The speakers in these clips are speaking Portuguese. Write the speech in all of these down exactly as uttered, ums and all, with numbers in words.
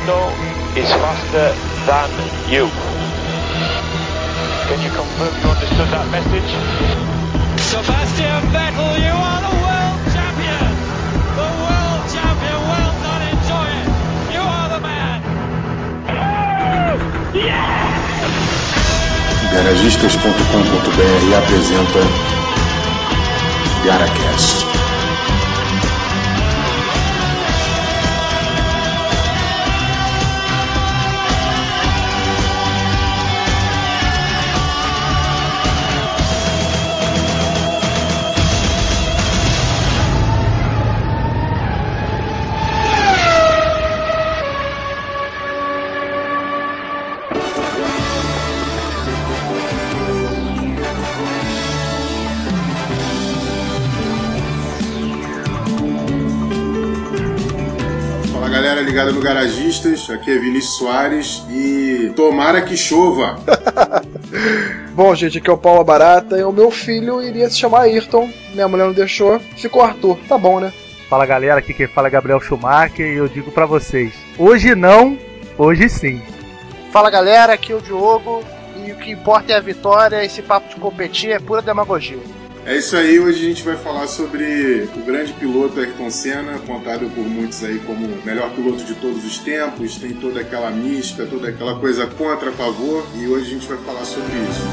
Alberto is faster than you. Can you confirm you understood that message? Sebastian Vettel, you are the world champion! The world champion, well done, enjoy it! You are the man! Oh, yeah! Garagistas ponto com ponto b r apresenta GaraCast. Ligado no Garagistas, aqui é Vinícius Soares e tomara que chova. Bom, gente, aqui é o Paulo Barata e o meu filho iria se chamar Ayrton, minha mulher não deixou, ficou Arthur, tá bom, né? Fala galera, aqui quem fala é Gabriel Schumacher e eu digo pra vocês, hoje não, hoje sim. Fala galera, aqui é o Diogo e o que importa é a vitória, esse papo de competir é pura demagogia. É isso aí, hoje a gente vai falar sobre o grande piloto Ayrton Senna, contado por muitos aí como o melhor piloto de todos os tempos, tem toda aquela mística, toda aquela coisa contra, a favor, e hoje a gente vai falar sobre isso.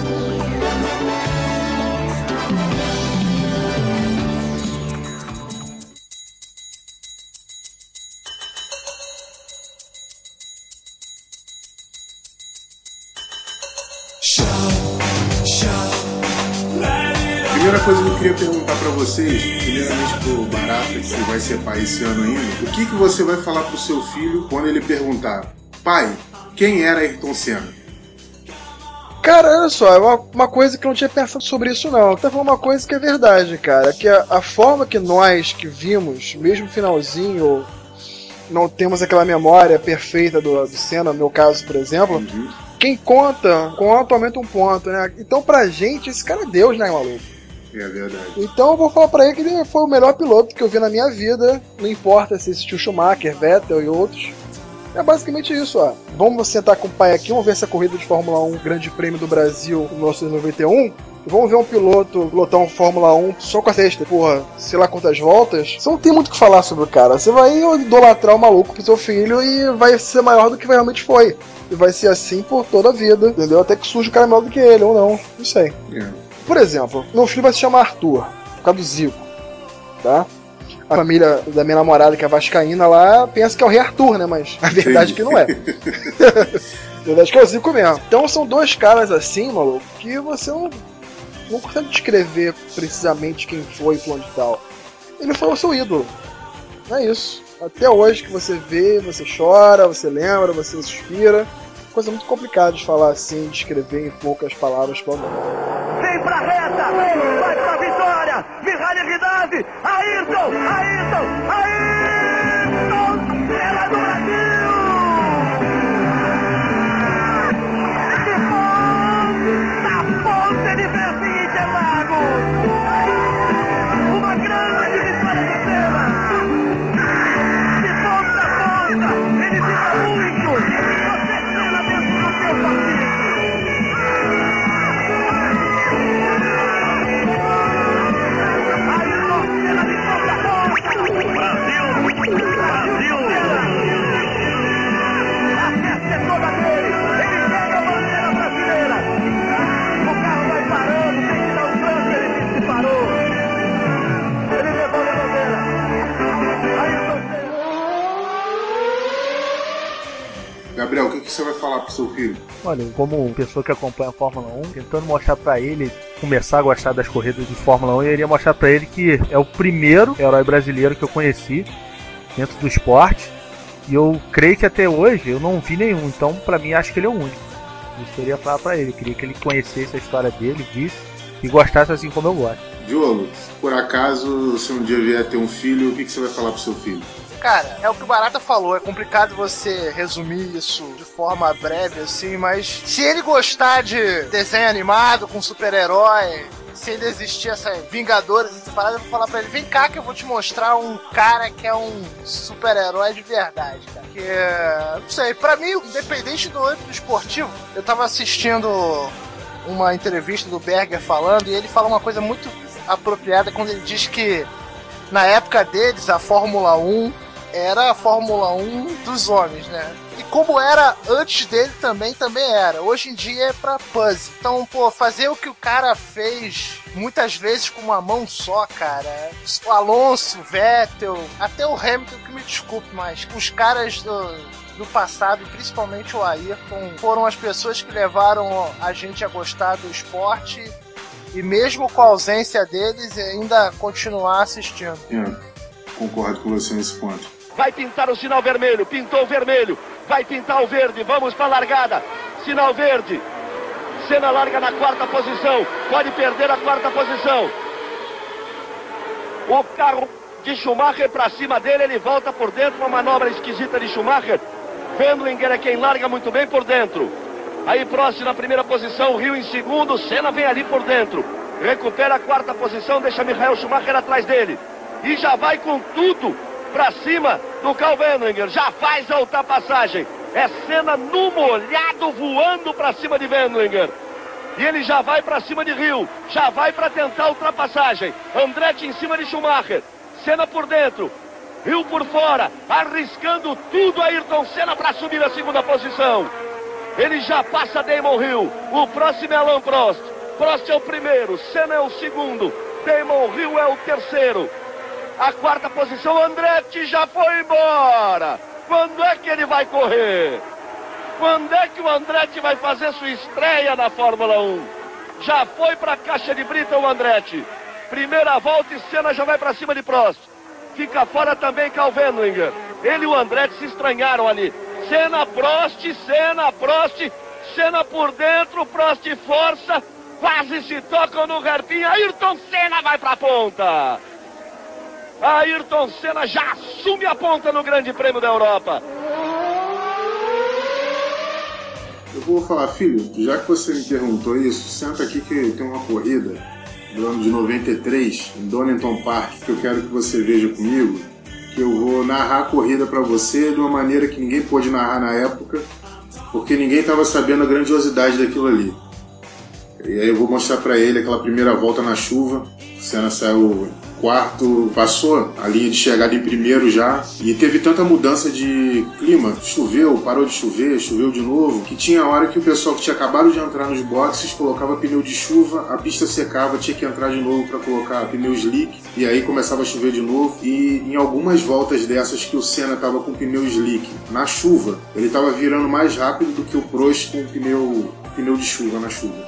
A primeira coisa que eu queria perguntar pra vocês, primeiramente pro Barata, que vai ser pai esse ano ainda, o que, que você vai falar pro seu filho quando ele perguntar: pai, quem era Ayrton Senna? Cara, olha só, é uma, uma coisa que eu não tinha pensado sobre isso não. Tá falando uma coisa que é verdade, cara, que a, a forma que nós que vimos, mesmo finalzinho, não temos aquela memória perfeita do, do Senna, no meu caso, por exemplo, uhum. Quem conta, conta aumenta um ponto, né? Então pra gente, esse cara é Deus, né, maluco? É verdade. Então eu vou falar pra ele que ele foi o melhor piloto que eu vi na minha vida. Não importa se existiu Schumacher, Vettel e outros. É basicamente isso, ó. Vamos sentar com o pai aqui, vamos ver essa corrida de Fórmula um, Grande Prêmio do Brasil, mil novecentos e noventa e um. E vamos ver um piloto pilotar um Fórmula um só com a sexta, porra, sei lá quantas voltas. Você não tem muito o que falar sobre o cara. Você vai idolatrar o maluco pro seu filho e vai ser maior do que realmente foi. E vai ser assim por toda a vida, entendeu? Até que surge o cara melhor do que ele, ou não. Não sei. Yeah. Por exemplo, meu filho vai se chamar Arthur, por causa do Zico, tá? A família da minha namorada, que é vascaína lá, pensa que é o rei Arthur, né? Mas a verdade é que não é. A verdade é que é o Zico mesmo. Então são dois caras assim, maluco, que você não, não consegue descrever precisamente quem foi, plano e tal. Ele foi o seu ídolo. É isso. Até hoje que você vê, você chora, você lembra, você suspira. Coisa muito complicada de falar assim, de escrever em poucas palavras. Vem pra reta! Vai pra vitória! Mihaly Ridade! Ayrton! Ayrton! Ayrton! Senna do Brasil! De ponta! Ponte de Verdi e Interlagos! Uma grande vitória de Senna! De ponta a ponta! Ele fica muito! Gabriel, o que, que você vai falar pro seu filho? Olha, como pessoa que acompanha a Fórmula um, tentando mostrar pra ele, começar a gostar das corridas de Fórmula um, eu iria mostrar pra ele que é o primeiro herói brasileiro que eu conheci dentro do esporte, e eu creio que até hoje eu não vi nenhum, então pra mim acho que ele é o único. Isso eu iria falar pra ele, eu queria que ele conhecesse a história dele, visse e gostasse assim como eu gosto. Diogo, por acaso, se um dia vier ter um filho, o que, que você vai falar pro seu filho? Cara, é o que o Barata falou, é complicado você resumir isso de forma breve assim, mas se ele gostar de desenho animado com super-herói, se ainda existia essa Vingadores, essa parada, eu vou falar pra ele, vem cá que eu vou te mostrar um cara que é um super-herói de verdade, cara. Que, não sei, pra mim, independente do âmbito esportivo, eu tava assistindo uma entrevista do Berger falando, e ele fala uma coisa muito apropriada quando ele diz que na época deles, a Fórmula um era a Fórmula um dos homens, né? E como era antes dele também, também era. Hoje em dia é pra puzzle. Então, pô, fazer o que o cara fez muitas vezes com uma mão só, cara. O Alonso, o Vettel, até o Hamilton, que me desculpe, mas os caras do, do passado, principalmente o Ayrton, foram as pessoas que levaram a gente a gostar do esporte e mesmo com a ausência deles, ainda continuar assistindo. É, concordo com você nesse ponto. Vai pintar o sinal vermelho, pintou o vermelho, vai pintar o verde, vamos para a largada, sinal verde, Senna larga na quarta posição, pode perder a quarta posição, o carro de Schumacher para cima dele, ele volta por dentro, uma manobra esquisita de Schumacher, Wendlinger é quem larga muito bem por dentro, aí próximo na primeira posição, Rio em segundo, Senna vem ali por dentro, recupera a quarta posição, deixa Michael Schumacher atrás dele, e já vai com tudo pra cima do Karl Wendlinger, já faz a ultrapassagem, é Senna no molhado voando pra cima de Wendlinger, e ele já vai pra cima de Rio, já vai pra tentar a ultrapassagem, Andretti em cima de Schumacher, Senna por dentro, Rio por fora, arriscando tudo Ayrton Senna pra subir a segunda posição, ele já passa Damon Hill, o próximo é Alain Prost, Prost é o primeiro, Senna é o segundo, Damon Hill é o terceiro, a quarta posição, Andretti já foi embora. Quando é que ele vai correr? Quando é que o Andretti vai fazer sua estreia na Fórmula um? Já foi para a caixa de brita o Andretti. Primeira volta e Senna já vai para cima de Prost. Fica fora também Karl Wendlinger. Ele e o Andretti se estranharam ali. Senna, Prost, Senna, Prost, Senna por dentro, Prost força, quase se tocam no hairpin. Ayrton Senna vai para a ponta. Ayrton Senna já assume a ponta no Grande Prêmio da Europa. Eu vou falar, filho, já que você me perguntou isso, senta aqui que tem uma corrida do ano de noventa e três, em Donington Park, que eu quero que você veja comigo, que eu vou narrar a corrida para você de uma maneira que ninguém pôde narrar na época, porque ninguém estava sabendo a grandiosidade daquilo ali. E aí eu vou mostrar para ele aquela primeira volta na chuva, o Senna saiu quarto, passou a linha de chegada em primeiro já, e teve tanta mudança de clima, choveu, parou de chover, choveu de novo, que tinha hora que o pessoal que tinha acabado de entrar nos boxes colocava pneu de chuva, a pista secava, tinha que entrar de novo para colocar pneu slick, e aí começava a chover de novo, e em algumas voltas dessas que o Senna estava com pneu slick na chuva, ele estava virando mais rápido do que o Prost com pneu, pneu de chuva na chuva.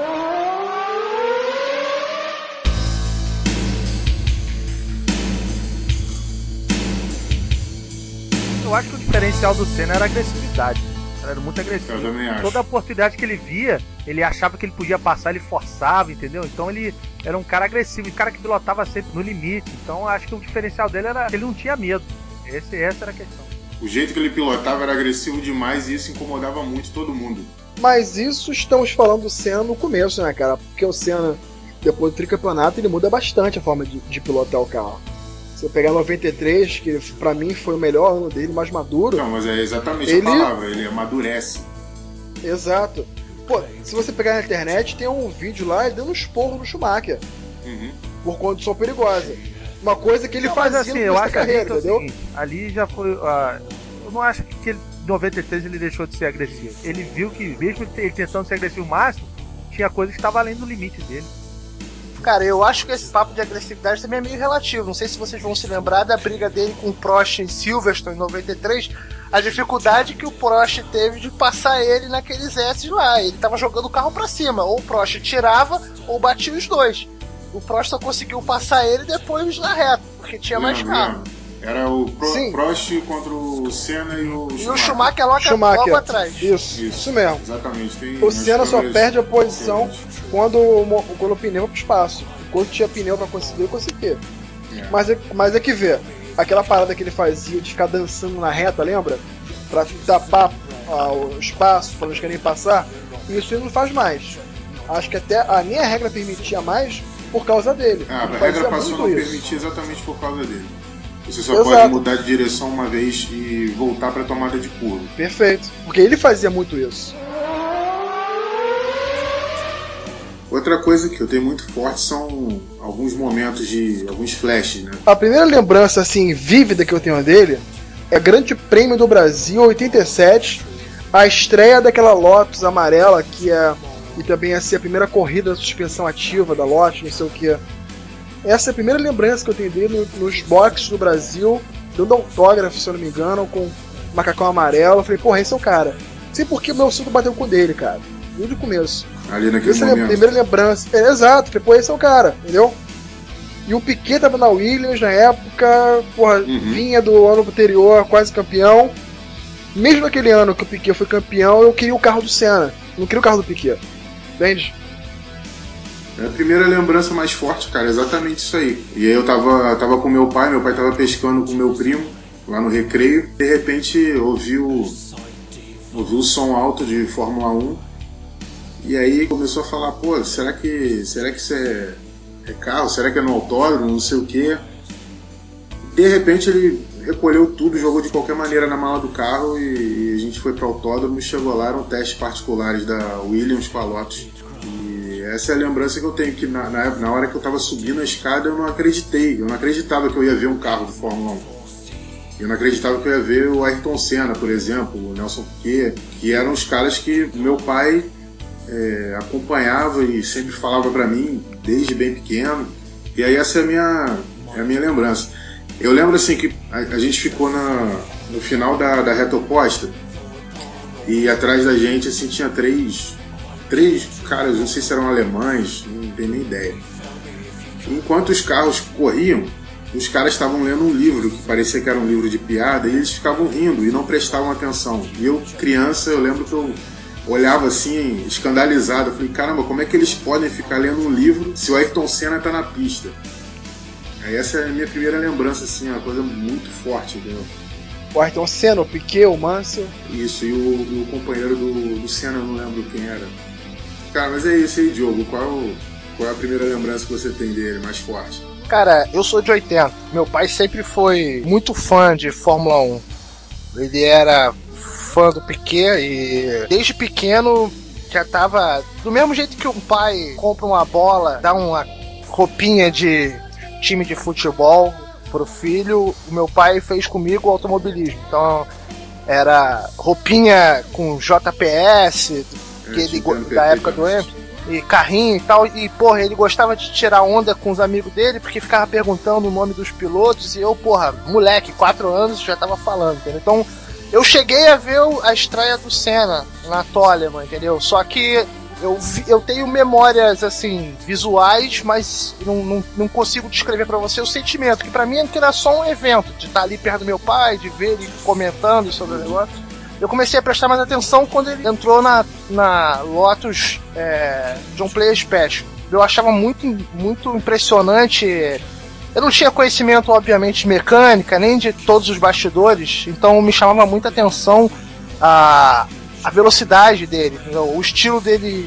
Eu acho que o diferencial do Senna era a agressividade. Ele era muito agressivo. Eu também acho. Toda a oportunidade que ele via, ele achava que ele podia passar, ele forçava, entendeu? Então ele era um cara agressivo, um cara que pilotava sempre no limite. Então eu acho que o diferencial dele era que ele não tinha medo. Esse, essa era a questão. O jeito que ele pilotava era agressivo demais e isso incomodava muito todo mundo. Mas isso estamos falando do Senna no começo, né, cara? Porque o Senna, depois do tricampeonato, ele muda bastante a forma de, de pilotar o carro. Se eu pegar noventa e três, que pra mim foi o melhor ano dele, mais maduro... Não, mas é exatamente ele... a palavra, ele amadurece. Exato. Pô, se você pegar na internet, tem um vídeo lá, ele dando um esporro no Schumacher. Uhum. Por condição perigosa. Uma coisa que ele não, fazia assim, no eu da acho carreira, que é o entendeu? seguinte, ali já foi... Uh, eu não acho que ele, em noventa e três ele deixou de ser agressivo. Ele viu que, mesmo ele tentando ser agressivo o máximo, tinha coisa que estava além do limite dele. Cara, eu acho que esse papo de agressividade também é meio relativo. Não sei se vocês vão se lembrar da briga dele com o Prost em Silverstone em noventa e três. A dificuldade que o Prost teve de passar ele naqueles S lá. Ele tava jogando o carro pra cima. Ou o Prost tirava, ou batia os dois. O Prost só conseguiu passar ele depois na reta, porque tinha mais Lembra, carro. lembra. Era o Pro, Prost contra o Senna e o Schumacher. E o Schumacher logo, Schumacher. logo atrás. Isso, isso, isso mesmo. Exatamente. Tem o Senna só perde a posição diferentes. quando, quando o pneu vai pro espaço. Quando tinha pneu pra conseguir, eu consegui. É. Mas, é, mas é que vê, aquela parada que ele fazia de ficar dançando na reta, lembra? Pra tapar ah, o espaço, pra não querem passar, isso ele não faz mais. Acho que até a minha regra permitia mais por causa dele. Ah, Ele a regra fazia passou muito não isso. permitir exatamente por causa dele. Você só Exato. pode mudar de direção uma vez e voltar para a tomada de curva. Perfeito. Porque ele fazia muito isso. Outra coisa que eu tenho muito forte são alguns momentos de... alguns flashes, né? A primeira lembrança, assim, vívida que eu tenho dele é Grande Prêmio do Brasil, oitenta e sete, a estreia daquela Lotus amarela, que é... e também ia ser a primeira corrida da suspensão ativa da Lotus, não sei o que. Essa é a primeira lembrança que eu tenho dele nos boxes do Brasil, dando autógrafo, se eu não me engano, com macacão amarelo. Eu falei, porra, esse é o cara. Não sei por que o meu cinto bateu com o dele, cara. Desde o começo. Ali naquele Essa momento. é a primeira lembrança. É, exato. Falei, pô, esse é o cara, entendeu? E o Piquet tava na Williams na época, porra, Uhum. vinha do ano anterior, quase campeão. Mesmo naquele ano que o Piquet foi campeão, eu queria o carro do Senna. Não queria o carro do Piquet. Entende? É a primeira lembrança mais forte, cara, exatamente isso aí. E aí eu tava, tava com meu pai, meu pai tava pescando com meu primo, lá no recreio. De repente ouvi o, ouvi o som alto de Fórmula um. E aí começou a falar, pô, será que, será que isso é, é carro? Será que é no autódromo? Não sei o quê. De repente ele recolheu tudo, jogou de qualquer maneira na mala do carro e, e a gente foi para o autódromo e chegou lá, eram testes particulares da Williams com a Lotus. E essa é a lembrança que eu tenho, que na, na, na hora que eu estava subindo a escada eu não acreditei, eu não acreditava que eu ia ver um carro de Fórmula um. Eu não acreditava que eu ia ver o Ayrton Senna, por exemplo, o Nelson Piquet, que eram os caras que meu pai é, acompanhava e sempre falava para mim, desde bem pequeno. E aí essa é a minha, é a minha lembrança. Eu lembro assim que a, a gente ficou na, no final da, da reta oposta e atrás da gente assim tinha três, três caras, não sei se eram alemães, não tenho nem ideia. Enquanto os carros corriam, os caras estavam lendo um livro que parecia que era um livro de piada e eles ficavam rindo e não prestavam atenção. E eu, criança, eu lembro que eu olhava assim, escandalizado. Eu falei, caramba, como é que eles podem ficar lendo um livro se o Ayrton Senna tá na pista? Aí essa é a minha primeira lembrança, assim, uma coisa muito forte, entendeu? O Ayrton Senna, o Piquet, o Mansell. Isso, e o, o companheiro do, do Senna, eu não lembro quem era. Cara, mas é isso aí, Diogo. Qual, qual é a primeira lembrança que você tem dele, mais forte? Cara, eu sou de oitenta. Meu pai sempre foi muito fã de Fórmula um. Ele era fã do Piquet e desde pequeno já tava... Do mesmo jeito que um pai compra uma bola, dá uma roupinha de time de futebol pro filho, o meu pai fez comigo o automobilismo. Então era roupinha com J P S, que ele, da época do Emerson, e carrinho e tal, e porra, ele gostava de tirar onda com os amigos dele, porque ficava perguntando o nome dos pilotos, e eu, porra, moleque, quatro anos, já tava falando, entendeu? Então, eu cheguei a ver a estreia do Senna na Toleman, entendeu? Só que eu, vi, eu tenho memórias, assim, visuais, mas não, não, não consigo descrever pra você o sentimento, que pra mim era só um evento, de estar ali perto do meu pai, de ver ele comentando sobre o negócio. Eu comecei a prestar mais atenção quando ele entrou na, na Lotus é, John Player Special. Eu achava muito, muito impressionante. Eu não tinha conhecimento, obviamente, de mecânica, nem de todos os bastidores, então me chamava muita atenção a, a velocidade dele, o estilo dele.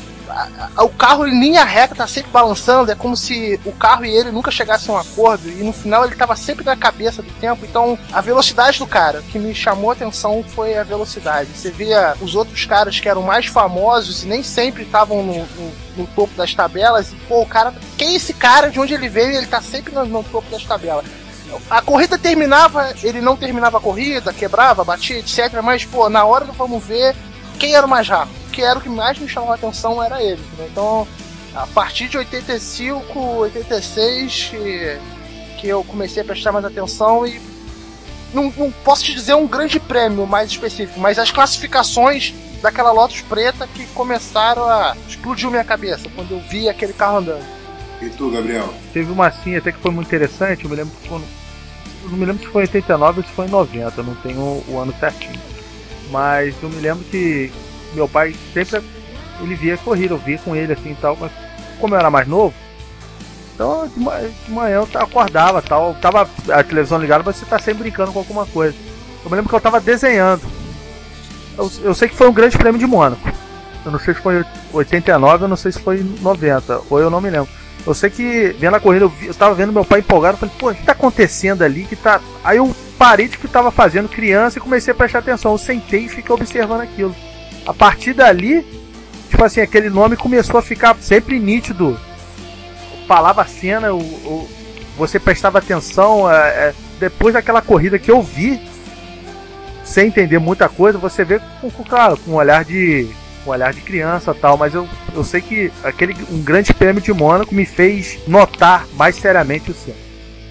A, a, o carro em linha reta tá sempre balançando, é como se o carro e ele nunca chegassem a um acordo, e no final ele tava sempre na cabeça do tempo. Então a velocidade do cara, o que me chamou a atenção foi a velocidade. Você via os outros caras que eram mais famosos e nem sempre estavam no, no, no topo das tabelas, e pô, o cara, quem é esse cara, de onde ele veio, ele tá sempre no, no topo das tabelas. A corrida terminava, ele não terminava a corrida, quebrava, batia, etcétera. Mas pô, na hora do vamos ver, quem era o mais rápido? Que era o que mais me chamou a atenção, era ele, né? Então, a partir de oitenta e cinco, oitenta e seis, que, que eu comecei a prestar mais atenção. E não, não posso te dizer um grande prêmio mais específico, mas as classificações daquela Lotus preta que começaram a explodir minha cabeça quando eu vi aquele carro andando. E tu, Gabriel? Teve uma assim até que foi muito interessante. Eu me lembro que foi, eu não me lembro se foi em oitenta e nove ou se foi em noventa, eu não tenho o ano certinho, mas eu me lembro que meu pai sempre, ele via corrida, eu via com ele assim e tal, mas como eu era mais novo, então de manhã eu acordava tal, tava a televisão ligada, mas você tá sempre brincando com alguma coisa. Eu me lembro que eu tava desenhando, eu, eu sei que foi um grande prêmio de Mônaco, Eu não sei se foi oitenta e nove, eu não sei se foi noventa, ou eu não me lembro. Eu sei que, vendo a corrida, eu, vi, eu tava vendo meu pai empolgado, eu falei, pô, o que tá acontecendo ali? Que tá... Aí eu parei de que tava fazendo criança e comecei a prestar atenção. Eu sentei e fiquei observando aquilo. A partir dali, tipo assim, aquele nome começou a ficar sempre nítido. Eu falava a cena, eu, eu, você prestava atenção. É, é, depois daquela corrida que eu vi, sem entender muita coisa, você vê com, com, claro, com um olhar de... um olhar de criança e tal, mas eu, eu sei que aquele, um grande prêmio de Mônaco me fez notar mais seriamente o Senna.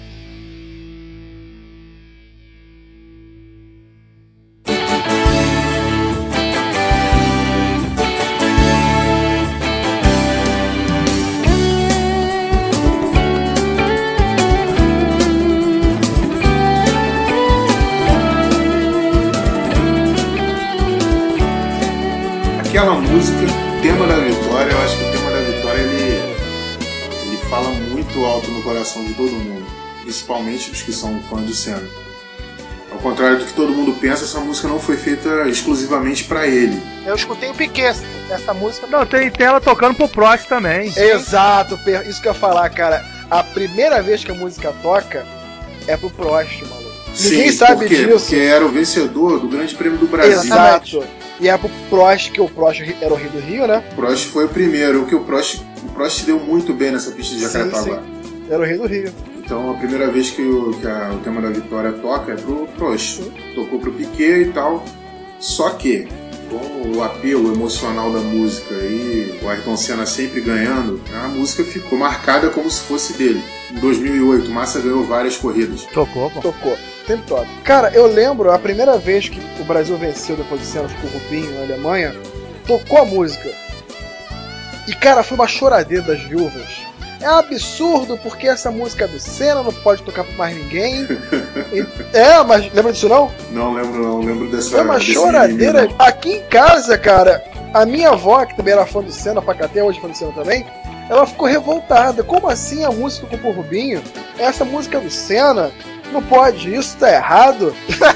Aquela música, tema da vitória, eu acho que o tema da vitória ele, ele fala muito alto no coração de todo mundo, principalmente dos que são fãs do Senna. Ao contrário do que todo mundo pensa, essa música não foi feita exclusivamente pra ele. Eu escutei o Piquet, essa música. Não, tem, tem ela tocando pro Prost também. Exato, isso que eu ia falar, cara. A primeira vez que a música toca é pro Prost, maluco. Ninguém Sim, sabe por quê? disso. Porque era o vencedor do Grande Prêmio do Brasil. Exato. E é pro Prost, que o Prost era o Rei do Rio, né? O Prost foi o primeiro, o que o Prost, o Prost deu muito bem nessa pista de Jacarepaguá. Era o Rei do Rio. Então a primeira vez que, o, que a, o tema da vitória toca é pro Prost. Sim. Tocou pro Piquet e tal. Só que, com o apelo emocional da música e o Ayrton Senna sempre ganhando, a música ficou marcada como se fosse dele. Em dois mil e oito, Massa ganhou várias corridas. Tocou, pô. Tocou. Sempre toca. Cara, eu lembro a primeira vez que o Brasil venceu depois de Senna com o Rubinho na Alemanha, tocou a música. E, cara, foi uma choradeira das viúvas. É absurdo porque essa música é do Senna, não pode tocar pra mais ninguém. E, é, mas lembra disso não? Não lembro, não. Lembro dessa. Foi uma choradeira. Anime, aqui em casa, cara, a minha avó, que também era fã do Senna, pra cá até hoje fã do Senna também, ela ficou revoltada. Como assim a música com o Rubinho? Essa música é do Senna? Não pode, isso tá errado.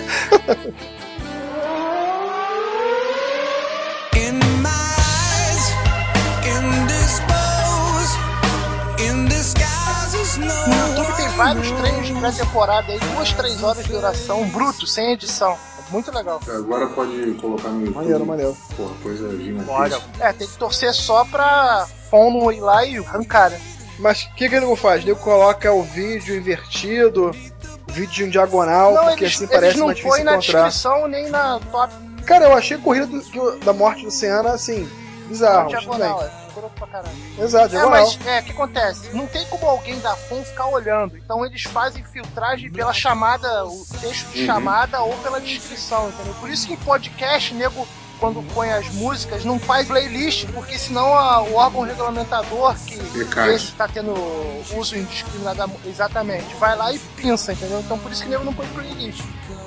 No YouTube tem vários treinos de pré-temporada aí, duas, três horas de duração, bruto, sem edição. Muito legal. Agora pode colocar no YouTube. Maneiro, maneiro. Porra, coisa gigantesca. Pode. É, tem que torcer só pra Fono ir lá e arrancar, né? Mas o que que ele não faz? Ele coloca o vídeo invertido, vídeo em diagonal, não, porque eles, assim parece não mais difícil foi na encontrar. descrição nem na top. Cara, eu achei a corrida do, do, da morte do Senna, assim, bizarro. Diagonal, é. Pra caralho. Exato, diagonal. É, mas é, o que acontece? Não tem como alguém da F O N ficar olhando. Então eles fazem filtragem pela chamada, o texto de uhum. chamada ou pela descrição, entendeu? Por isso que em podcast, nego, quando põe as músicas, não faz playlist, porque senão a, o órgão regulamentador que esse tá tendo uso indiscriminado, exatamente, vai lá e pinça, entendeu? Então por isso que nego não põe playlist.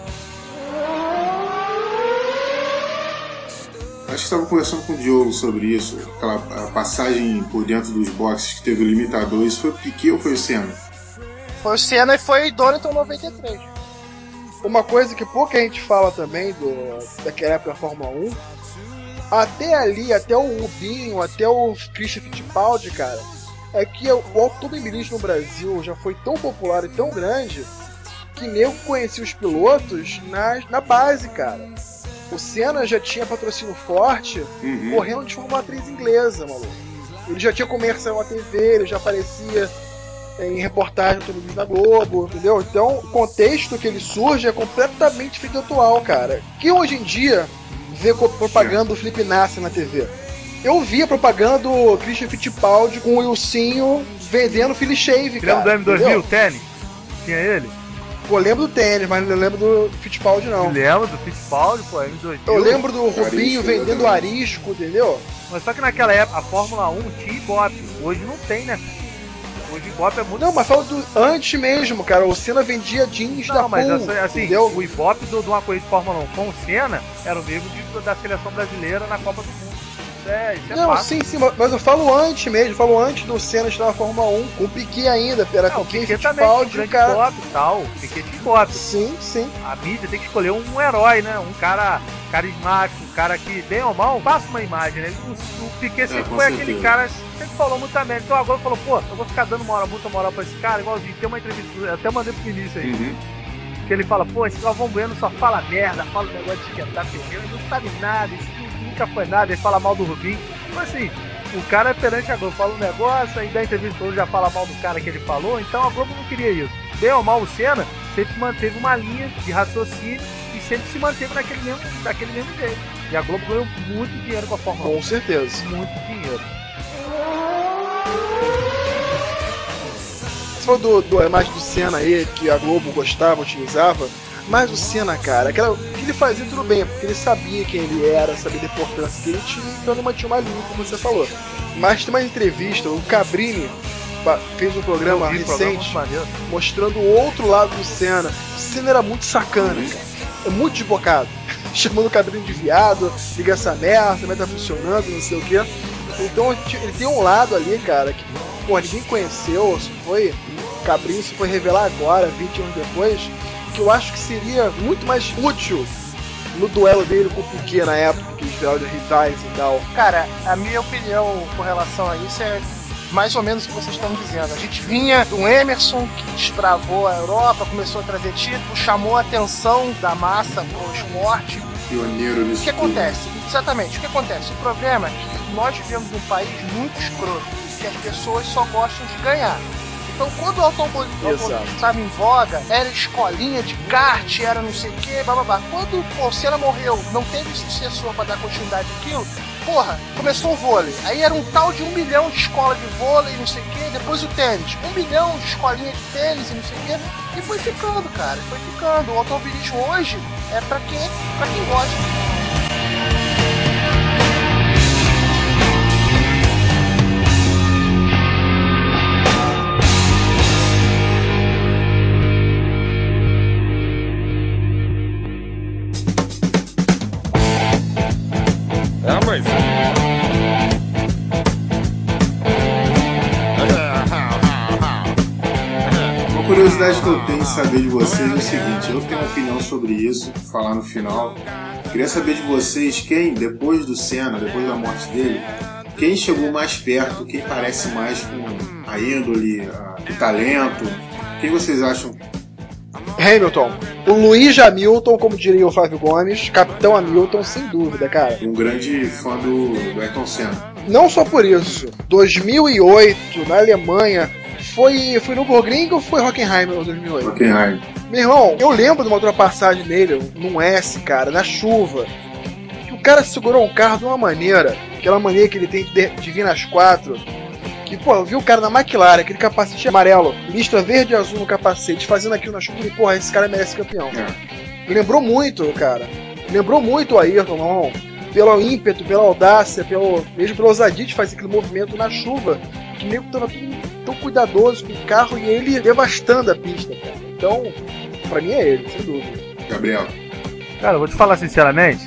Acho que estava conversando com o Diogo sobre isso, aquela passagem por dentro dos boxes que teve o limitador. Isso foi o Piquet ou foi o Senna? Foi o Senna e foi Donington noventa e três. Uma coisa que pouca gente fala também do, daquela época da Fórmula um, até ali, até o Rubinho, até o Christian Fittipaldi, cara, é que o automobilismo no Brasil já foi tão popular e tão grande que nego conhecia os pilotos na, na base, cara. O Senna já tinha patrocínio forte, uhum. correndo de Fórmula três inglesa, maluco. Ele já tinha comercial na T V, ele já aparecia em reportagem da Globo, entendeu? Então, o contexto que ele surge é completamente diferente do atual, cara. Que hoje em dia, vê propaganda do Felipe Nasser na T V. Eu via propaganda do Christian Fittipaldi com o Wilsinho vendendo Philly Shave, cara. Lembra do M dois mil, tênis? Tinha ele? Pô, lembro do tênis, mas não lembro do Fittipaldi, não. Lembro do Fittipaldi, pô, M dois mil. Eu lembro do Rubinho vendendo arisco, entendeu? Mas só que naquela época a Fórmula um tinha Ibope. Hoje não tem, né? Hoje Ibope é muito... Não, mas fala do antes mesmo, cara. O Senna vendia jeans não, da mas Pum, assim, entendeu? O Ibope de uma corrida de Fórmula um com o Senna era o mesmo de, da seleção brasileira na Copa do Mundo. Isso é, isso é Não, fácil. sim, sim, mas eu falo antes mesmo, eu falo antes do Senna estar na Fórmula um, com o Piquet ainda, era Não, o Piquet, Piquet também, Fittipaldi, um grande cara. top e tal. O Piquet de top. Sim, sim. A mídia tem que escolher um herói, né? Um cara carismático, um cara que, bem ou mal, passa uma imagem, né? O, o Piquet sempre É, com foi certeza. aquele cara, sempre falou muito a merda. Então agora falou, pô, eu vou ficar dando moral, muita moral pra esse cara, igualzinho. Tem uma entrevista, eu até mandei pro início aí. Uhum. Que ele fala, pô, esse Galvão Bueno só fala merda, fala o negócio de esquentar pneu, ele não sabe nada, isso nunca foi nada, ele fala mal do Rubinho. Então assim, o cara é perante a Globo, fala um negócio, aí da entrevista todo já fala mal do cara que ele falou, então a Globo não queria isso. Bem ou mal, o Senna sempre manteve uma linha de raciocínio e sempre se manteve naquele mesmo, daquele mesmo jeito. E a Globo ganhou muito dinheiro com a Fórmula um. Com certeza. Muito dinheiro. Você falou do, do, a imagem do Senna aí, que a Globo gostava, utilizava, mas o Senna, cara, aquela, o que ele fazia tudo bem, porque ele sabia quem ele era, sabia da importância que ele tinha, então ele mantinha uma linha, como você falou. Mas tem uma entrevista, o Cabrini fez um programa vi, recente programa mostrando o outro lado do Senna. O Senna era muito sacana, cara. É muito desbocado. Chamando o Cabrini de viado, liga essa merda, também tá funcionando, não sei o quê. Então ele tem um lado ali, cara, que pô, ninguém conheceu, se foi o Cabrini se foi revelar agora, vinte anos depois, que eu acho que seria muito mais útil no duelo dele com o Piquet na época, que eles viraram de rivais e tal. Cara, a minha opinião com relação a isso é mais ou menos o que vocês estão dizendo. A gente vinha do Emerson, que desbravou a Europa, começou a trazer título, chamou a atenção da massa pro esporte. Pioneiro nisso. O que acontece? Exatamente, o que acontece? O problema é que nós vivemos num país muito escroto, que as pessoas só gostam de ganhar. Então, quando o automobilismo estava em voga, era escolinha de kart, era não sei o que, bababá. Quando o Senna morreu, não teve sucessor para dar continuidade àquilo, porra, começou o vôlei. Aí era um tal de um milhão de escola de vôlei, não sei o que, depois o tênis. Um milhão de escolinha de tênis e não sei o que. E foi ficando, cara, foi ficando. O automobilismo hoje é pra quem, pra quem gosta. Uma curiosidade que eu tenho em saber de vocês é o seguinte, eu tenho uma opinião sobre isso, vou falar no final. Queria saber de vocês quem, depois do Senna, depois da morte dele, quem chegou mais perto, quem parece mais com a índole, a, o talento, quem vocês acham? Hamilton. O Luiz Hamilton, como diria o Flávio Gomes, Capitão Hamilton, sem dúvida, cara. Um grande fã do, do Ayrton Senna. Não só por isso. dois mil e oito, na Alemanha, foi, foi no Nürburgring ou foi Hockenheim em dois mil e oito? Hockenheim. Meu irmão, eu lembro de uma ultrapassagem dele, num S, cara, na chuva. Que o cara segurou um carro de uma maneira, aquela maneira que ele tem de, de vir nas quatro. Que, pô, eu vi o cara na McLaren, aquele capacete amarelo, listra verde e azul no capacete, fazendo aquilo na chuva e, porra, esse cara merece campeão. É. Me lembrou muito, cara. Me lembrou muito o Ayrton, não. Pelo ímpeto, pela audácia, pelo, mesmo pela ousadia de fazer aquele movimento na chuva. Que meio que tava tudo tão cuidadoso com o carro e ele devastando a pista, cara. Então, pra mim é ele, sem dúvida. Gabriel. Cara, eu vou te falar sinceramente.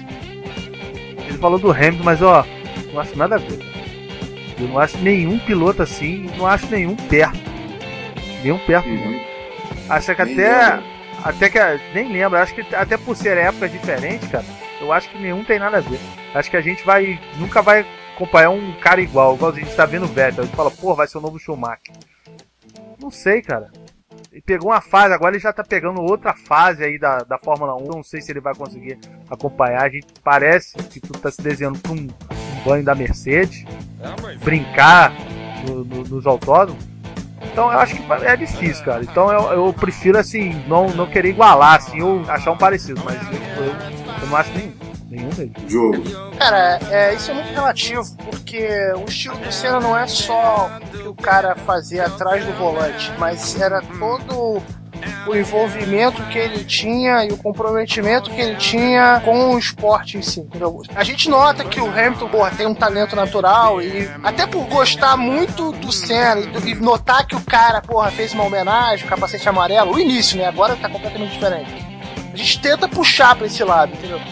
Ele falou do Hamilton, mas ó, não acho nada a ver. Eu não acho nenhum piloto assim, não acho nenhum perto. Nenhum perto. Uhum. Acho que Nem até. lembro. Até que. Nem lembro, acho que até por ser épocas diferentes, cara, eu acho que nenhum tem nada a ver. Acho que a gente vai. Nunca vai acompanhar um cara igual, igual a gente tá vendo o Vettel. A gente fala, pô, vai ser o novo Schumacher. Não sei, cara. Ele pegou uma fase, agora ele já tá pegando outra fase aí da, da Fórmula um. Não sei se ele vai conseguir acompanhar. A gente parece que tudo tá se desenhando pra um, um banho da Mercedes. Brincar no, no, nos autódromos. Então eu acho que é difícil, cara. Então eu, eu prefiro, assim, não, não querer igualar, assim, ou achar um parecido. Mas eu, eu, eu não acho nenhum. Nenhum mesmo. Jogo. Cara, é, isso é muito relativo, porque o estilo do Senna não é só o que o cara fazia atrás do volante, mas era todo o envolvimento que ele tinha e o comprometimento que ele tinha com o esporte em si, entendeu? A gente nota que o Hamilton, porra, tem um talento natural e até por gostar muito do Senna e, do, e notar que o cara, porra, fez uma homenagem, o capacete amarelo, o início, né? Agora tá completamente diferente. A gente tenta puxar pra esse lado, entendeu?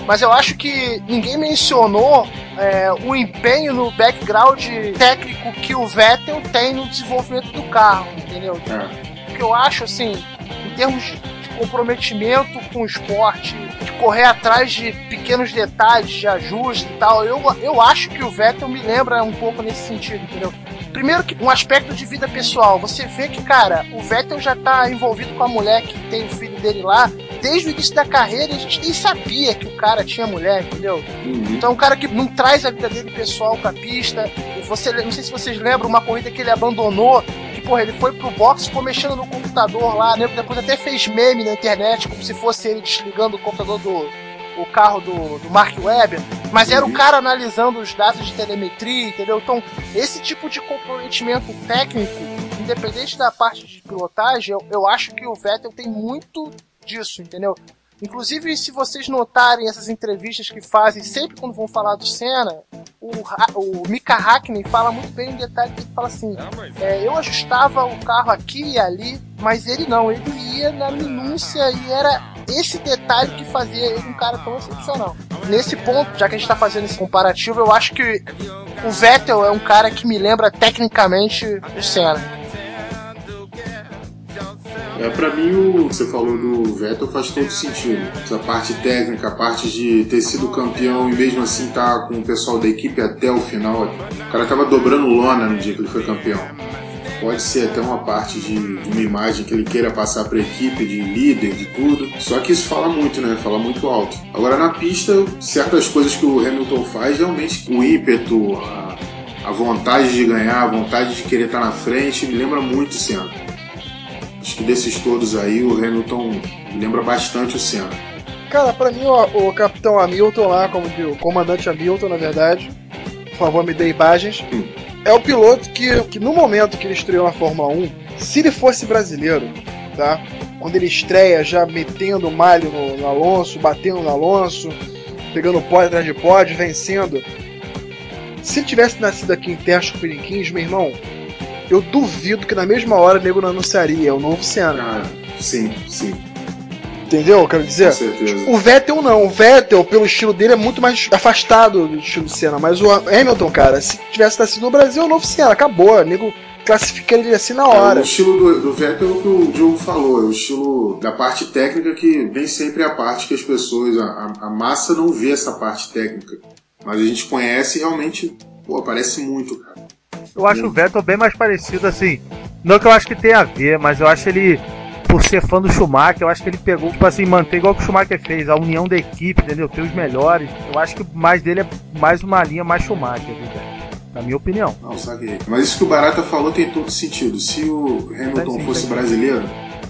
mas eu acho que ninguém mencionou é, o empenho no background técnico que o Vettel tem no desenvolvimento do carro, entendeu? O que eu acho, assim, em termos de comprometimento com o esporte, de correr atrás de pequenos detalhes, de ajuste e tal, eu, eu acho que o Vettel me lembra um pouco nesse sentido, entendeu? Primeiro que um aspecto de vida pessoal, você vê que, cara, o Vettel já tá envolvido com a mulher que tem o filho dele lá, desde o início da carreira a gente nem sabia que o cara tinha mulher, entendeu? Uhum. Então é um cara que não traz a vida dele pessoal com a pista. Você, não sei se vocês lembram uma corrida que ele abandonou, que, porra, ele foi pro box, ficou mexendo no computador lá, né? Depois até fez meme na internet, como se fosse ele desligando o computador do o carro do, do Mark Webber, mas era o cara analisando os dados de telemetria, entendeu? Então, esse tipo de comprometimento técnico, independente da parte de pilotagem, eu, eu acho que o Vettel tem muito disso, entendeu? Inclusive, se vocês notarem essas entrevistas que fazem sempre quando vão falar do Senna, o, o Mika Hakkinen fala muito bem um detalhe que ele fala assim, é, eu ajustava o carro aqui e ali, mas ele não, ele ia na minúcia e era esse detalhe que fazia ele um cara tão excepcional. Nesse ponto, já que a gente tá fazendo esse comparativo, eu acho que o Vettel é um cara que me lembra tecnicamente o Senna. É, pra mim, o que você falou do Vettel faz todo sentido. Essa parte técnica, a parte de ter sido campeão e mesmo assim tá com o pessoal da equipe até o final. O cara tava dobrando lona no dia que ele foi campeão. Pode ser até uma parte de, de uma imagem que ele queira passar pra equipe, de líder, de tudo. Só que isso fala muito, né? Fala muito alto. Agora, na pista, certas coisas que o Hamilton faz, realmente, o ímpeto, a, a vontade de ganhar, a vontade de querer estar na frente, me lembra muito o Senna. Acho que desses todos aí, o Hamilton lembra bastante o Senna. Cara, pra mim, o, o capitão Hamilton lá, como que o comandante Hamilton, na verdade, por favor, me dê imagens, hum. é o piloto que, que no momento que ele estreou na Fórmula um, se ele fosse brasileiro, tá? Quando ele estreia já metendo malho no, no Alonso, batendo no Alonso, pegando pódio atrás de pódio, vencendo. Se ele tivesse nascido aqui em Terras Tupiniquins, meu irmão, eu duvido que na mesma hora o nego não anunciaria, é o novo Senna. Ah, sim, sim. Entendeu? Quero dizer, com certeza. O Vettel não. O Vettel, pelo estilo dele, é muito mais afastado do estilo de Senna. Mas o Hamilton, cara, se tivesse nascido no Brasil, é o novo Senna. Acabou. O nego classifica ele assim na hora. É, o estilo do, do Vettel é o que o Diogo falou. É o estilo da parte técnica que nem sempre é a parte que as pessoas... A, a massa não vê essa parte técnica. Mas a gente conhece e realmente, pô, parece muito, cara. Eu acho o Vettel bem mais parecido, assim, não que eu acho que tenha a ver, mas eu acho ele, por ser fã do Schumacher, eu acho que ele pegou, tipo assim, manter igual que o Schumacher fez, a união da equipe, entendeu? Ter os melhores. Eu acho que mais dele é mais uma linha mais Schumacher, entendeu? Na minha opinião. Não, saquei. Mas isso que o Barata falou tem todo sentido. Se o Hamilton sim, fosse sim. brasileiro,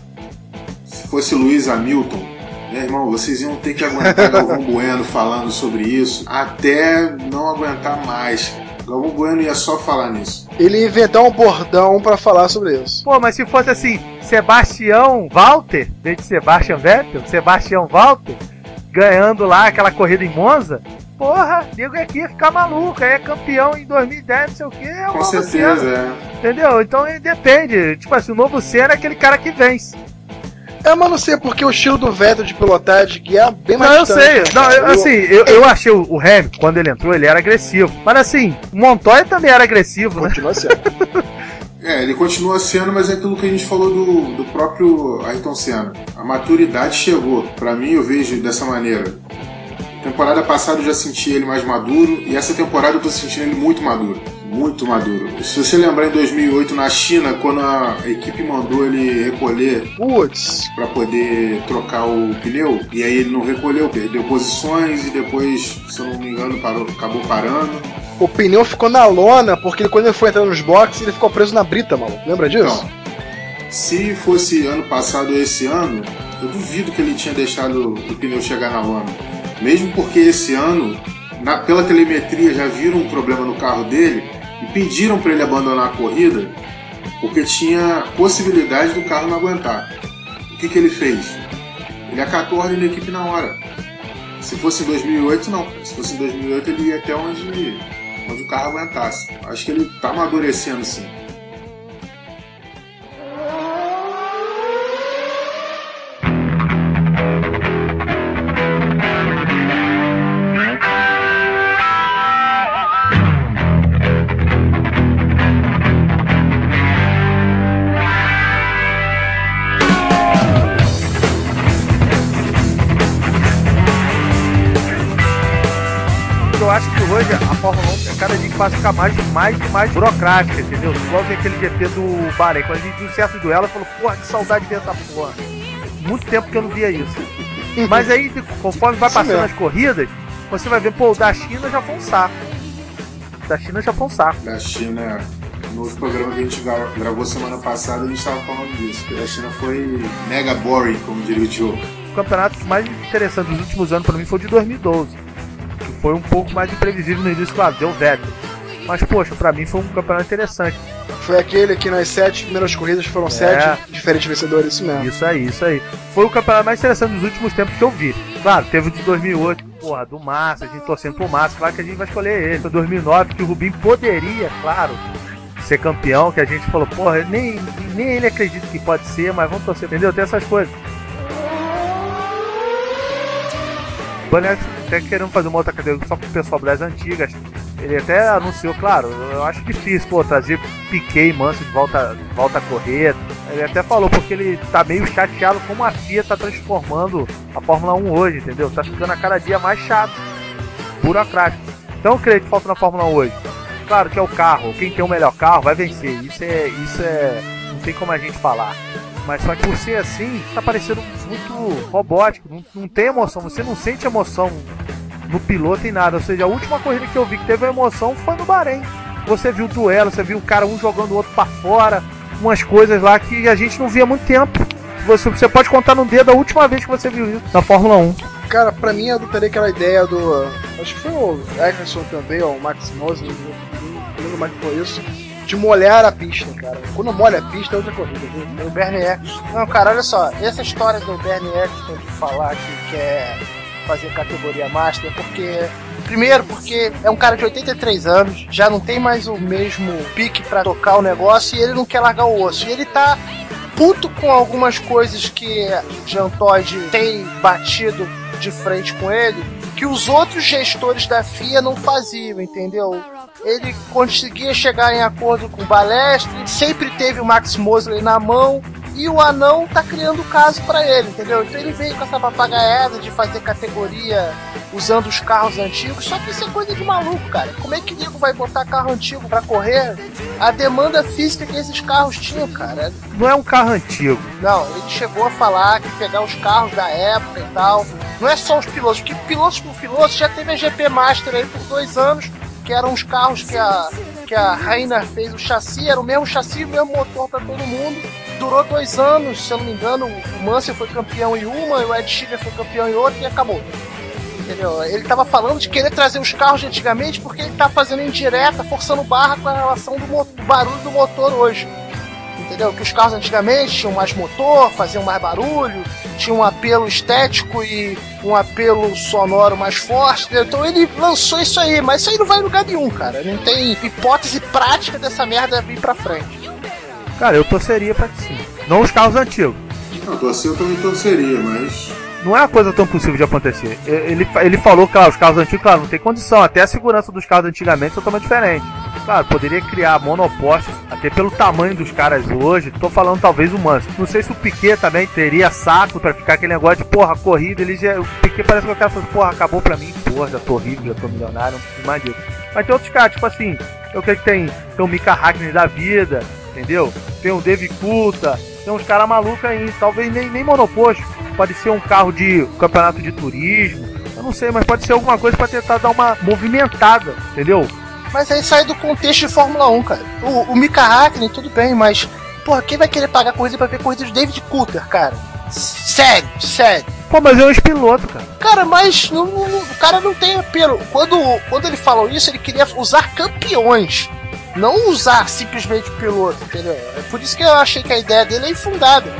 se fosse Lewis Hamilton, meu irmão, vocês iam ter que aguentar Galvão Bueno falando sobre isso até não aguentar mais, cara. Galvão Bueno ia só falar nisso. Ele ia inventar um bordão pra falar sobre isso. Pô, mas se fosse assim, Sebastião Walter, em vez de Sebastian Vettel, Sebastião Walter, ganhando lá aquela corrida em Monza, porra, nego aqui ia ficar maluco, aí é campeão em dois mil e dez, não sei o que, é o Com novo certeza, Senna. é. Entendeu? Então depende, tipo assim, o novo Senna é aquele cara que vence. É, mas não sei, porque o estilo do Vettel de pilotagem que é bem mais... Não, eu sei. Não, eu, assim, eu, eu achei o, o Hamilton, quando ele entrou, ele era agressivo. Mas assim, o Montoya também era agressivo, Continua né? sendo. É, ele continua sendo, mas é aquilo que a gente falou do, do próprio Ayrton Senna. A maturidade chegou. Pra mim, eu vejo dessa maneira. Temporada passada eu já senti ele mais maduro, e essa temporada eu tô sentindo ele muito maduro. Muito maduro. Se você lembrar, em dois mil e oito, na China, quando a equipe mandou ele recolher Putz. pra poder trocar o pneu, e aí ele não recolheu, perdeu posições e depois, se eu não me engano, parou, acabou parando. O pneu ficou na lona, porque quando ele foi entrar nos boxes, ele ficou preso na brita, maluco. Lembra disso? Então, se fosse ano passado ou esse ano, eu duvido que ele tinha deixado o pneu chegar na lona. Mesmo porque esse ano, na, pela telemetria, já viram um problema no carro dele e pediram para ele abandonar a corrida porque tinha possibilidade do carro não aguentar. O que, que ele fez? Ele acatou a ordem da equipe na hora. Se fosse em dois mil e oito, não. Se fosse em dois mil e oito, ele ia até onde, onde o carro aguentasse. Acho que ele está amadurecendo, sim. hoje a Fórmula um, cada dia que passa, fica mais, mais e mais burocrática, entendeu? Igual tem aquele G P do Bahrein, quando a gente viu um certo duelo, falou, porra, que saudade dessa porra. Muito tempo que eu não via isso. Mas aí, conforme vai passando as corridas, você vai ver, pô, o da China já foi um saco. Da China já foi um saco. Da China, no outro programa que a gente gravou semana passada, a gente estava falando disso. Que a China foi mega boring, como diria o Diogo. O campeonato mais interessante dos últimos anos pra mim foi o de dois mil e doze. Que foi um pouco mais imprevisível no início, claro, deu Vettel. Mas, poxa, pra mim foi um campeonato interessante. Foi aquele que nas sete primeiras corridas foram é. sete diferentes vencedores, isso mesmo. Isso aí, isso aí. Foi o campeonato mais interessante dos últimos tempos que eu vi. Claro, teve o de dois mil e oito, porra, do Massa, a gente torcendo pro Massa, claro que a gente vai escolher ele. Foi dois mil e nove, que o Rubinho poderia, claro, ser campeão, que a gente falou, porra, nem, nem ele acredita que pode ser, mas vamos torcer, entendeu? Tem essas coisas. O Banex até querendo fazer uma outra categoria só pro pessoal das antigas. Ele até anunciou, claro, eu acho difícil, pô, trazer Piquet e Mansell de volta, de volta a correr. Ele até falou, porque ele tá meio chateado como a F I A tá transformando a Fórmula um hoje, entendeu? Tá ficando a cada dia mais chato, burocrático. Então eu creio que falta na Fórmula um hoje. Claro que é o carro, quem tem o melhor carro vai vencer, isso é, isso é, não tem como a gente falar. Mas só que por ser assim, tá parecendo muito robótico, não, não tem emoção, você não sente emoção no piloto e nada. Ou seja, a última corrida que eu vi que teve emoção foi no Bahrein. Você viu o duelo, você viu o cara um jogando o outro pra fora, umas coisas lá que a gente não via há muito tempo. Você, você pode contar no dedo a última vez que você viu isso na Fórmula um. Cara, pra mim eu adotei aquela ideia do... acho que foi o Eccleston também, ou o Max Mosley, não lembro mais que foi isso, de molhar a pista, cara. Quando molha a pista é outra corrida, viu? O Bernie Eccleston. Não, cara, olha só, essa história do Bernie Eccleston de falar que quer fazer categoria Master, porque... Primeiro, porque é um cara de oitenta e três anos, já não tem mais o mesmo pique pra tocar o negócio e ele não quer largar o osso. E ele tá puto com algumas coisas que Jean Todt tem batido de frente com ele, que os outros gestores da F I A não faziam, entendeu? Ele conseguia chegar em acordo com o Balestre, sempre teve o Max Mosley na mão, e o anão tá criando caso pra ele, entendeu? Então ele veio com essa papagaiada de fazer categoria usando os carros antigos, só que isso é coisa de maluco, cara. Como é que o nego vai botar carro antigo pra correr? A demanda física que esses carros tinham, cara. Não é um carro antigo. Não, ele chegou a falar que pegar os carros da época e tal. Não é só os pilotos, porque pilotos por pilotos já teve a G P Master aí por dois anos, que eram os carros que a, que a Reiner fez o chassi, era o mesmo chassi, o mesmo motor pra todo mundo. Durou dois anos, se eu não me engano, o Mansell foi campeão em uma, o Ed Schiller foi campeão em outra e acabou. Entendeu? Ele tava falando de querer trazer os carros de antigamente porque ele tá fazendo indireta, forçando barra com a relação do, motor, do barulho do motor hoje. Entendeu? Que os carros antigamente tinham mais motor, faziam mais barulho, tinham um apelo estético e um apelo sonoro mais forte. Entendeu? Então ele lançou isso aí, mas isso aí não vai em lugar nenhum, cara. Não tem hipótese prática dessa merda vir pra frente. Cara, eu torceria pra que sim. Não os carros antigos. Não, torcer eu também torceria, mas... Não é uma coisa tão possível de acontecer. Ele, ele falou que, claro, os carros antigos, claro, não tem condição. Até a segurança dos carros antigamente é totalmente diferente. Claro, poderia criar monopostos, até pelo tamanho dos caras hoje. Tô falando talvez o Mansell. Não sei se o Piquet também teria saco pra ficar aquele negócio de, porra, corrida. Ele já, o Piquet parece que o cara falou, porra, acabou pra mim. Porra, já tô rico, já tô milionário, não preciso mais disso. Mas tem outros caras, tipo assim, eu creio que tem, tem o Mika Hakkinen da vida, entendeu? Tem o Dave Coulthard, tem uns caras malucos aí, talvez nem, nem monoposto. Pode ser um carro de um campeonato de turismo, eu não sei, mas pode ser alguma coisa pra tentar dar uma movimentada, entendeu? Mas aí sai do contexto de Fórmula um, cara. O, o Mika Hakkinen, tudo bem, mas, porra, quem vai querer pagar corrida pra ver corrida de David Coulthard, cara? Sério, sério. Pô, mas é um ex-piloto, cara. Cara, mas não, não, o cara não tem apelo. Quando, quando ele falou isso, ele queria usar campeões, não usar simplesmente piloto, entendeu? É por isso que eu achei que a ideia dele é infundada.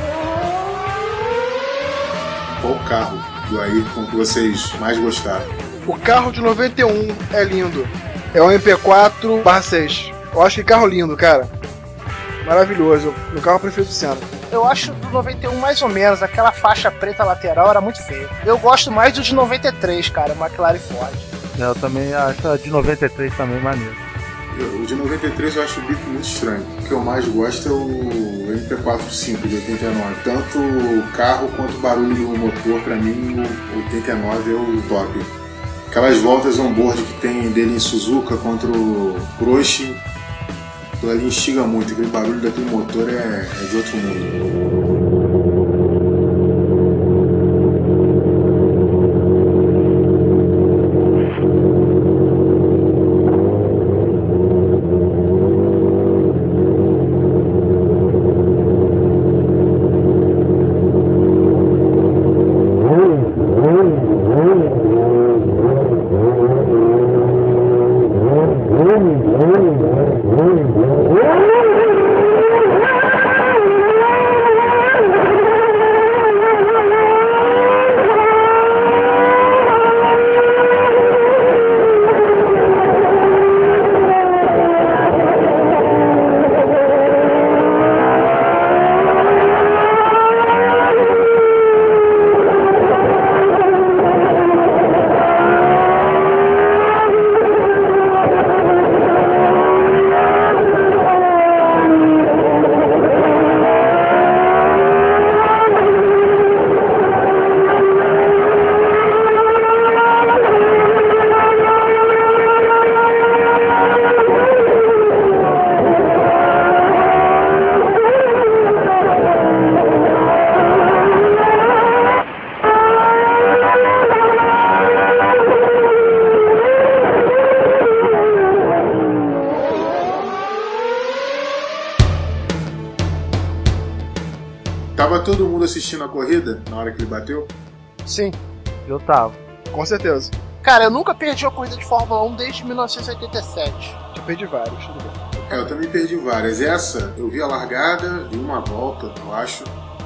Qual o carro do Ayrton que vocês mais gostaram? O carro de noventa e um é lindo. É o M P quatro barra seis. Eu acho que carro lindo, cara. Maravilhoso. Meu carro preferido do Senna. Eu acho do noventa e um mais ou menos. Aquela faixa preta lateral era muito feia. Eu gosto mais do de noventa e três, cara. McLaren Ford. Eu também acho a de noventa e três também maneiro. O de noventa e três eu acho o bico muito estranho. O que eu mais gosto é o M P quatro cinco de oitenta e nove. Tanto o carro quanto o barulho do motor, pra mim, o oitenta e nove é o top. Aquelas voltas on-board que tem dele em Suzuka contra o Prost, aquilo ali instiga muito, aquele barulho daquele motor é, é de outro mundo. Tava todo mundo assistindo a corrida na hora que ele bateu? Sim, Eu tava. com certeza. Cara, eu nunca perdi uma corrida de Fórmula um desde mil novecentos e oitenta e sete. Já perdi vários, tudo bem. É, eu também perdi várias. Essa, eu vi a largada de uma volta, eu acho.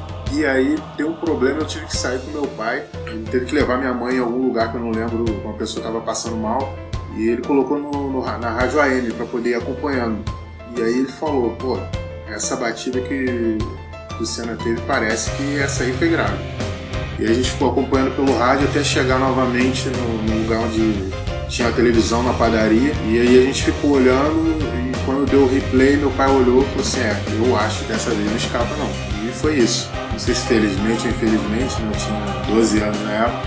E aí deu um problema, eu tive que sair com meu pai. Ele teve que levar minha mãe em algum lugar que eu não lembro, uma pessoa estava passando mal. E ele colocou no, no, na rádio A M para poder ir acompanhando. E aí ele falou, pô, essa batida que o Senna teve, parece que essa aí foi grave. E aí a gente ficou acompanhando pelo rádio até chegar novamente no, no lugar onde tinha a televisão, na padaria. E aí a gente ficou olhando e quando deu o replay, meu pai olhou e falou assim, é, eu acho que dessa vez não escapa não. E foi isso. Não sei se felizmente ou infelizmente, né? Eu tinha doze anos na época.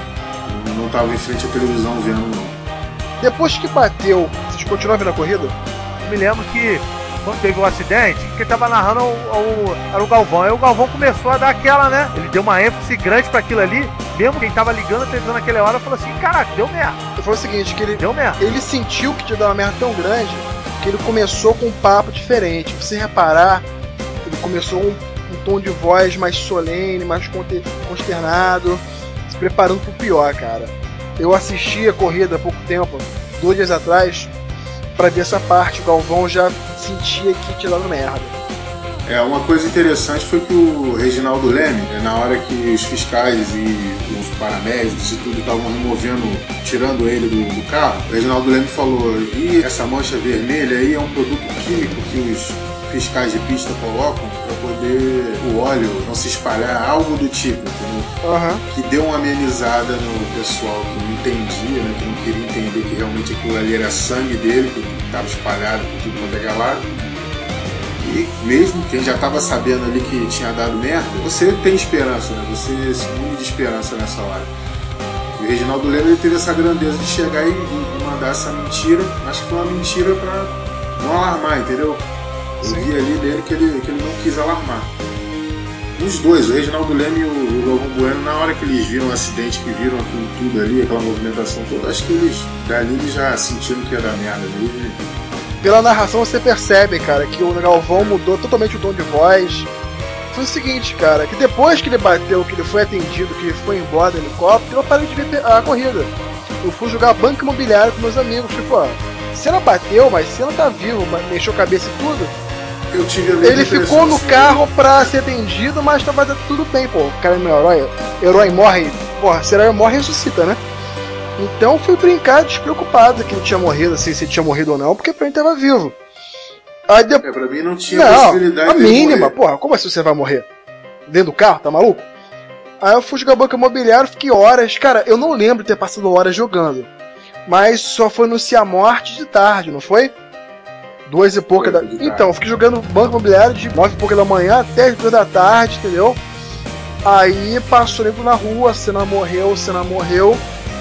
Não estava em frente à televisão vendo não. Depois que bateu, vocês continuaram vendo a corrida? Eu me lembro que quando teve o acidente, quem tava narrando o, o, era o Galvão. Aí o Galvão começou a dar aquela, né? Ele deu uma ênfase grande pra aquilo ali. Mesmo quem tava ligando a televisão naquela hora falou assim, caraca, deu merda. Ele falou o seguinte, que ele, Deu merda. ele sentiu que tinha dado uma merda tão grande que ele começou com um papo diferente. Se você reparar, ele começou um, um tom de voz mais solene, mais conte- consternado, se preparando pro pior, cara. Eu assisti a corrida há pouco tempo, dois dias atrás, pra ver essa parte. O Galvão já sentia que tinha dado merda. É, uma coisa interessante foi que o Reginaldo Leme, na hora que os fiscais e os paramédicos e tudo estavam removendo, tirando ele do, do carro, o Reginaldo Leme falou, e essa mancha vermelha aí é um produto químico que os fiscais de pista colocam para poder o óleo não se espalhar, algo do tipo, entendeu? Uhum. Que deu uma amenizada no pessoal que não entendia, né, que não queria entender que realmente aquilo ali era sangue dele, que estava espalhado por tudo quanto é lado. E mesmo quem já estava sabendo ali que tinha dado merda, você tem esperança, né? Você se une de esperança nessa hora. E o Reginaldo Leme teve essa grandeza de chegar e, e mandar essa mentira, mas que foi uma mentira para não alarmar, entendeu? Eu vi ali dele que ele, que ele não quis alarmar. Os dois, o Reginaldo Leme e o, o Galvão Bueno, na hora que eles viram o acidente, que viram aquilo tudo ali, aquela movimentação toda, acho que eles, dali eles já sentiram que ia dar merda mesmo. Pela narração você percebe, cara, que o Galvão mudou totalmente o tom de voz. Foi o seguinte, cara, que depois que ele bateu, que ele foi atendido, que ele foi embora do helicóptero, eu parei de ver a corrida. Eu fui jogar banco imobiliário com meus amigos, tipo, ó, Senna bateu, mas Senna tá vivo, mexeu a cabeça e tudo. Eu tive a mesma Ele ficou no impressão, carro pra ser atendido, mas tava tudo bem, pô. O cara é meu herói. Herói morre, porra, se herói morre, ressuscita, né? Então fui brincar despreocupado que ele tinha morrido, assim, se ele tinha morrido ou não, porque pra mim tava vivo. Aí depois. É, pra mim não tinha Não, possibilidade a de mínima, morrer. porra, como assim você vai morrer? Dentro do carro, tá maluco? Aí eu fui jogar banco imobiliário, fiquei horas, cara, eu não lembro de ter passado horas jogando. Mas só foi anunciar a morte de tarde, não foi? Duas e pouca da... Então, eu fiquei jogando banco imobiliário de nove e pouca da manhã até as duas da tarde, entendeu? Aí passou nego na rua, Senna morreu, Senna morreu.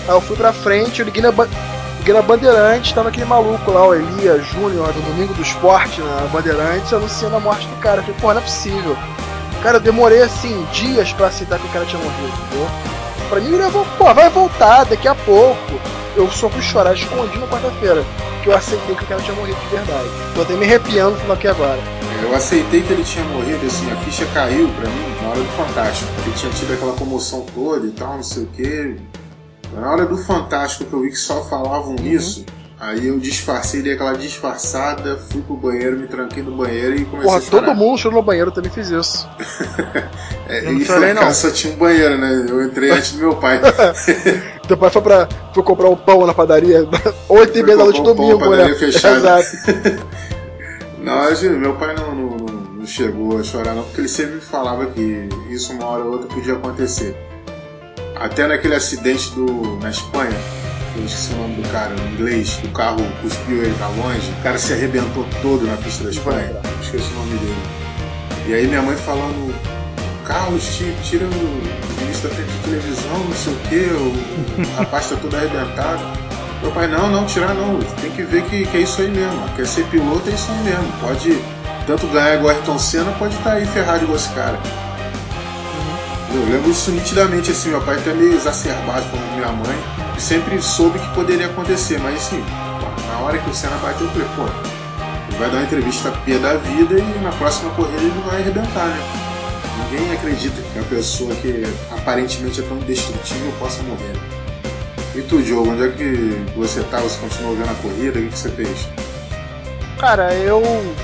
Aí eu fui pra frente, eu liguei na, ba... liguei na Bandeirantes, tava aquele maluco lá, o Elias Júnior, do Domingo do Esporte, na Bandeirantes, anunciando a morte do cara. Eu falei, pô, não é possível. Cara, eu demorei, assim, dias pra aceitar que o cara tinha morrido, entendeu? Pra mim, ele levou, pô, vai voltar daqui a pouco. Eu só fui chorar, escondi na quarta-feira, que eu aceitei que o cara tinha morrido de verdade. Tô até me arrepiando falando aqui agora. Eu aceitei que ele tinha morrido, assim, a ficha caiu pra mim na hora do Fantástico, porque tinha tido aquela comoção toda e tal, não sei o quê. Na hora do Fantástico que eu vi que só falavam nisso, aí eu disfarcei, dei aquela disfarçada, fui pro banheiro, me tranquei no banheiro e comecei Porra, a chorar. todo mundo chorou no banheiro, eu também fiz isso. É, eu não e chorei, não. Só tinha um banheiro, né? Eu entrei antes do meu pai. Teu pai foi, pra, foi comprar o pão na padaria, oito e meia da noite domingo, pão, padaria né? Fechada. Exato. Não, meu pai não, não, não chegou a chorar não, porque ele sempre me falava que isso uma hora ou outra podia acontecer. Até naquele acidente do, na Espanha, eu esqueci o nome do cara, em inglês, o carro cuspiu ele pra longe, o cara se arrebentou todo na pista da Espanha, esqueci o nome dele. E aí minha mãe falando, Carlos, tira o Vinícius da frente de televisão, não sei o que, o, o rapaz tá todo arrebentado. Meu pai, não, não, tirar não, tem que ver que, que é isso aí mesmo, quer ser piloto é isso aí mesmo, pode tanto ganhar igual Ayrton Senna, pode estar aí ferrado igual esse cara. Eu lembro isso nitidamente, assim, meu pai até meio exacerbado falando com minha mãe, e sempre soube que poderia acontecer, mas assim, na hora que o Senna bateu, eu falei, pô, ele vai dar uma entrevista pia da vida e na próxima corrida ele vai arrebentar, né? Ninguém acredita que uma pessoa que aparentemente é tão destrutível possa morrer. E tu, Diogo, onde é que você tá? Você continuou vendo a corrida? O que você fez? Cara, eu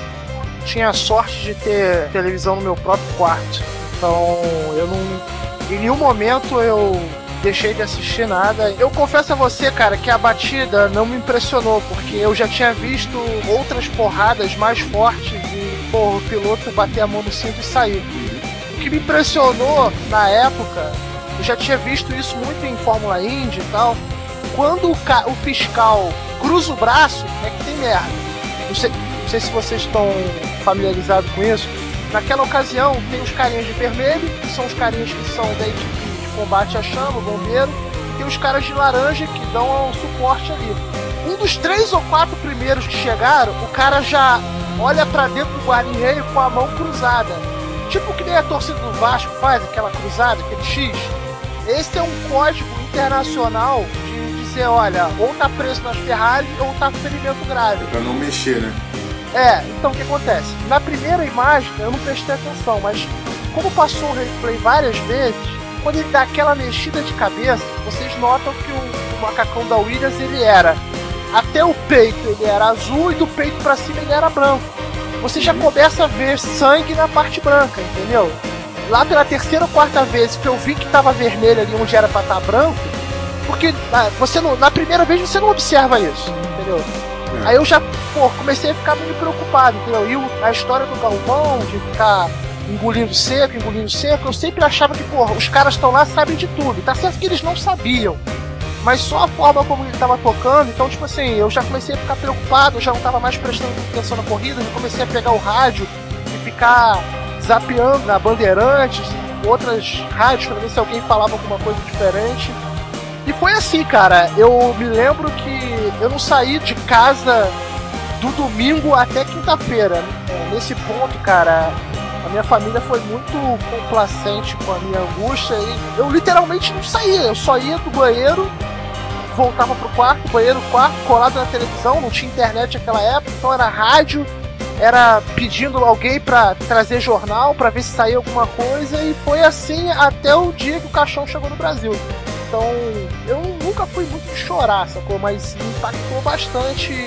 tinha a sorte de ter televisão no meu próprio quarto. Então, eu não... Em nenhum momento eu deixei de assistir nada. Eu confesso a você, cara, que a batida não me impressionou, porque eu já tinha visto outras porradas mais fortes de, porra, o piloto bater a mão no cinto e sair. O que me impressionou na época, eu já tinha visto isso muito em Fórmula Indy e tal, quando o, ca... o fiscal cruza o braço, é que tem merda. Não sei, não sei se vocês estão familiarizados com isso. Naquela ocasião, tem os carinhas de vermelho, que são os carinhas que são da equipe de combate à chama, bombeiro, e tem os caras de laranja que dão um suporte ali. Um dos três ou quatro primeiros que chegaram, o cara já olha pra dentro do guarda-reio com a mão cruzada. Tipo que nem a torcida do Vasco faz, aquela cruzada, aquele X. Esse é um código internacional de dizer, olha, ou tá preso nas Ferrari ou tá com ferimento grave. Pra não mexer, né? É, então o que acontece? Na primeira imagem eu não prestei atenção, mas como passou o replay várias vezes, quando ele dá aquela mexida de cabeça, vocês notam que o, o macacão da Williams ele era até o peito ele era azul e do peito pra cima ele era branco. Você já começa a ver sangue na parte branca, entendeu? Lá pela terceira ou quarta vez que eu vi que tava vermelho ali onde era pra estar branco, porque você não, na primeira vez você não observa isso, entendeu? Aí eu já, pô, comecei a ficar meio preocupado, entendeu? E a história do Galvão, de ficar engolindo seco, engolindo seco, eu sempre achava que, porra, os caras estão lá, sabem de tudo. Tá certo que eles não sabiam, mas só a forma como ele tava tocando, então, tipo assim, eu já comecei a ficar preocupado, eu já não tava mais prestando atenção na corrida, eu comecei a pegar o rádio e ficar zapeando na Bandeirantes, outras rádios, pra ver se alguém falava alguma coisa diferente. E foi assim, cara, eu me lembro que eu não saí de casa do domingo até quinta-feira. Nesse ponto, cara, a minha família foi muito complacente com a minha angústia e eu literalmente não saía, eu só ia do banheiro, voltava pro quarto, banheiro, quarto, colado na televisão, não tinha internet naquela época, então era rádio, era pedindo alguém pra trazer jornal, pra ver se saía alguma coisa, e foi assim até o dia que o caixão chegou no Brasil. Então, eu nunca fui muito de chorar, sacou? Mas me impactou bastante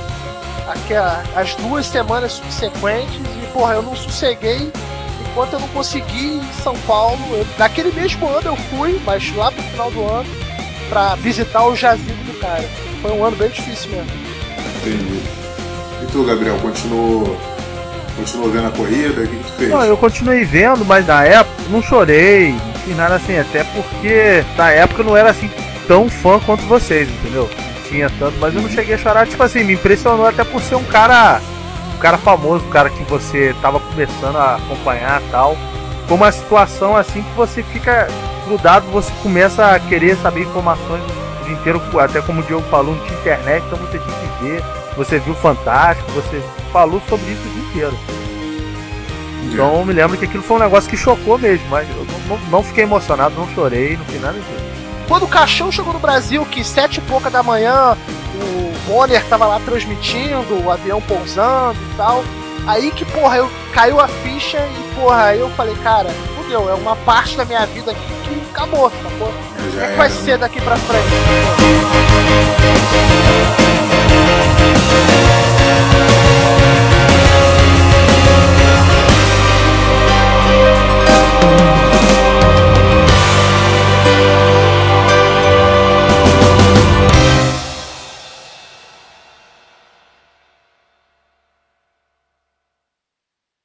aquela, as duas semanas subsequentes. E, porra, eu não sosseguei enquanto eu não consegui ir em São Paulo. Eu, naquele mesmo ano eu fui, mas lá pro final do ano, pra visitar o jazigo do cara. Foi um ano bem difícil mesmo. Entendi. E tu, Gabriel, continuou, continuou vendo a corrida? O que, que tu fez? Não, eu continuei vendo, mas na época não chorei. Não fiz nada assim, até porque na época eu não era assim tão fã quanto vocês, entendeu? Não tinha tanto, mas eu não cheguei a chorar, tipo assim, me impressionou até por ser um cara um cara famoso, um cara que você tava começando a acompanhar e tal. Foi uma situação assim que você fica grudado, você começa a querer saber informações de dia inteiro, até como o Diogo falou, não tinha internet, então você tinha que ver. Você viu Fantástico, você falou sobre isso o dia inteiro. Então eu me lembro que aquilo foi um negócio que chocou mesmo, mas eu não, não, não fiquei emocionado, não chorei, não fiz nada disso. Quando o Caixão chegou no Brasil, que sete e pouca da manhã, o Bonner tava lá transmitindo, o avião pousando e tal, aí que, porra, eu, caiu a ficha e, porra, aí eu falei, cara, fudeu, é uma parte da minha vida aqui que acabou, acabou. O que é que vai ser daqui pra frente?